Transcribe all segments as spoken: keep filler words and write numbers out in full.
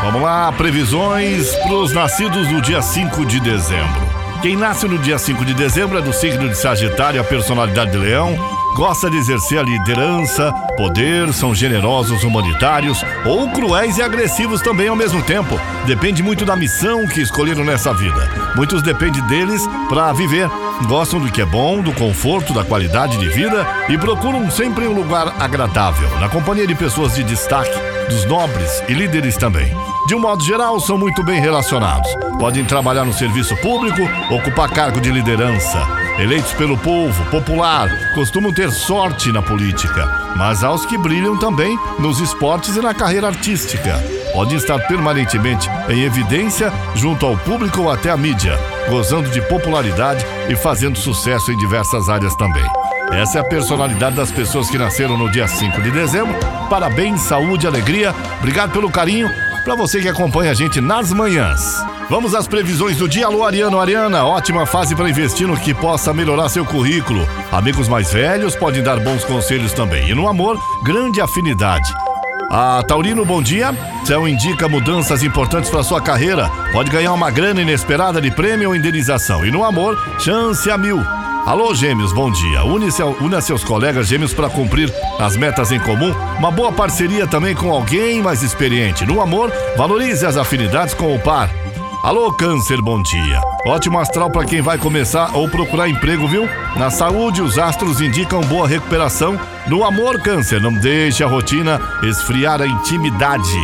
Vamos lá, previsões para os nascidos no dia cinco de dezembro. Quem nasce no dia cinco de dezembro é do signo de Sagitário, a personalidade de Leão, gosta de exercer a liderança, poder, são generosos, humanitários ou cruéis e agressivos também ao mesmo tempo. Depende muito da missão que escolheram nessa vida. Muitos dependem deles para viver. Gostam do que é bom, do conforto, da qualidade de vida e procuram sempre um lugar agradável, na companhia de pessoas de destaque, dos nobres e líderes também. De um modo geral, são muito bem relacionados. Podem trabalhar no serviço público, ocupar cargo de liderança. Eleitos pelo povo, popular, costumam ter sorte na política, mas há os que brilham também nos esportes e na carreira artística. Podem estar permanentemente em evidência junto ao público ou até à mídia, gozando de popularidade e fazendo sucesso em diversas áreas também. Essa é a personalidade das pessoas que nasceram no dia cinco de dezembro. Parabéns, saúde, alegria. Obrigado pelo carinho. Para você que acompanha a gente nas manhãs. Vamos às previsões do dia. Alô, Ariano, Ariana, ótima fase para investir no que possa melhorar seu currículo. Amigos mais velhos podem dar bons conselhos também. E no amor, grande afinidade. A Taurino, bom dia. Céu indica mudanças importantes para sua carreira. Pode ganhar uma grana inesperada de prêmio ou indenização. E no amor, chance a mil. Alô, Gêmeos, bom dia. Une-se a seus colegas gêmeos para cumprir as metas em comum. Uma boa parceria também com alguém mais experiente. No amor, valorize as afinidades com o par. Alô, Câncer, bom dia. Ótimo astral para quem vai começar ou procurar emprego, viu? Na saúde, os astros indicam boa recuperação. No amor, Câncer, não deixe a rotina esfriar a intimidade.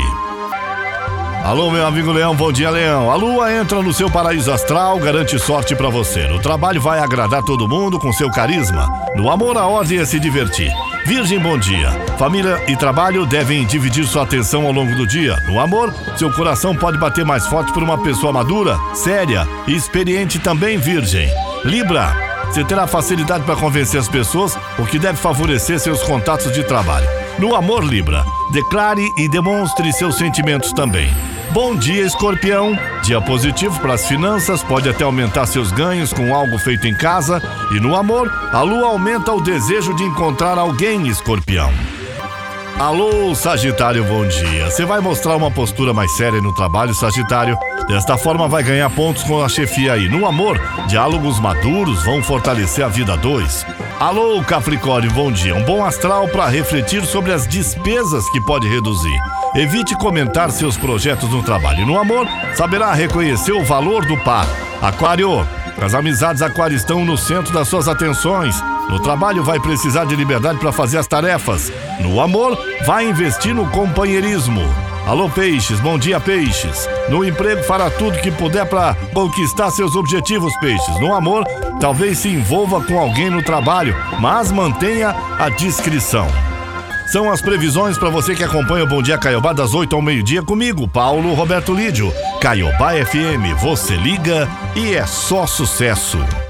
Alô, meu amigo Leão, bom dia, Leão. A lua entra no seu paraíso astral, garante sorte pra você. No trabalho vai agradar todo mundo com seu carisma. No amor, a ordem é se divertir. Virgem, bom dia. Família e trabalho devem dividir sua atenção ao longo do dia. No amor, seu coração pode bater mais forte por uma pessoa madura, séria e experiente também, Virgem. Libra, você terá facilidade para convencer as pessoas, o que deve favorecer seus contatos de trabalho. No amor, Libra, declare e demonstre seus sentimentos também. Bom dia, Escorpião. Dia positivo para as finanças, pode até aumentar seus ganhos com algo feito em casa. E no amor, a lua aumenta o desejo de encontrar alguém, Escorpião. Alô, Sagitário, bom dia. Você vai mostrar uma postura mais séria no trabalho, Sagitário. Desta forma vai ganhar pontos com a chefia aí. No amor, diálogos maduros vão fortalecer a vida a dois. Alô, Capricórnio, bom dia. Um bom astral para refletir sobre as despesas que pode reduzir. Evite comentar seus projetos no trabalho. No amor, saberá reconhecer o valor do par. Aquário, as amizades Aquário estão no centro das suas atenções. No trabalho vai precisar de liberdade para fazer as tarefas. No amor, vai investir no companheirismo. Alô, Peixes, bom dia, Peixes. No emprego fará tudo que puder para conquistar seus objetivos, Peixes. No amor, talvez se envolva com alguém no trabalho, mas mantenha a discrição. São as previsões para você que acompanha o Bom Dia Caiobá das oito ao meio-dia comigo, Paulo Roberto Lídio. Caiobá F M, você liga e é só sucesso.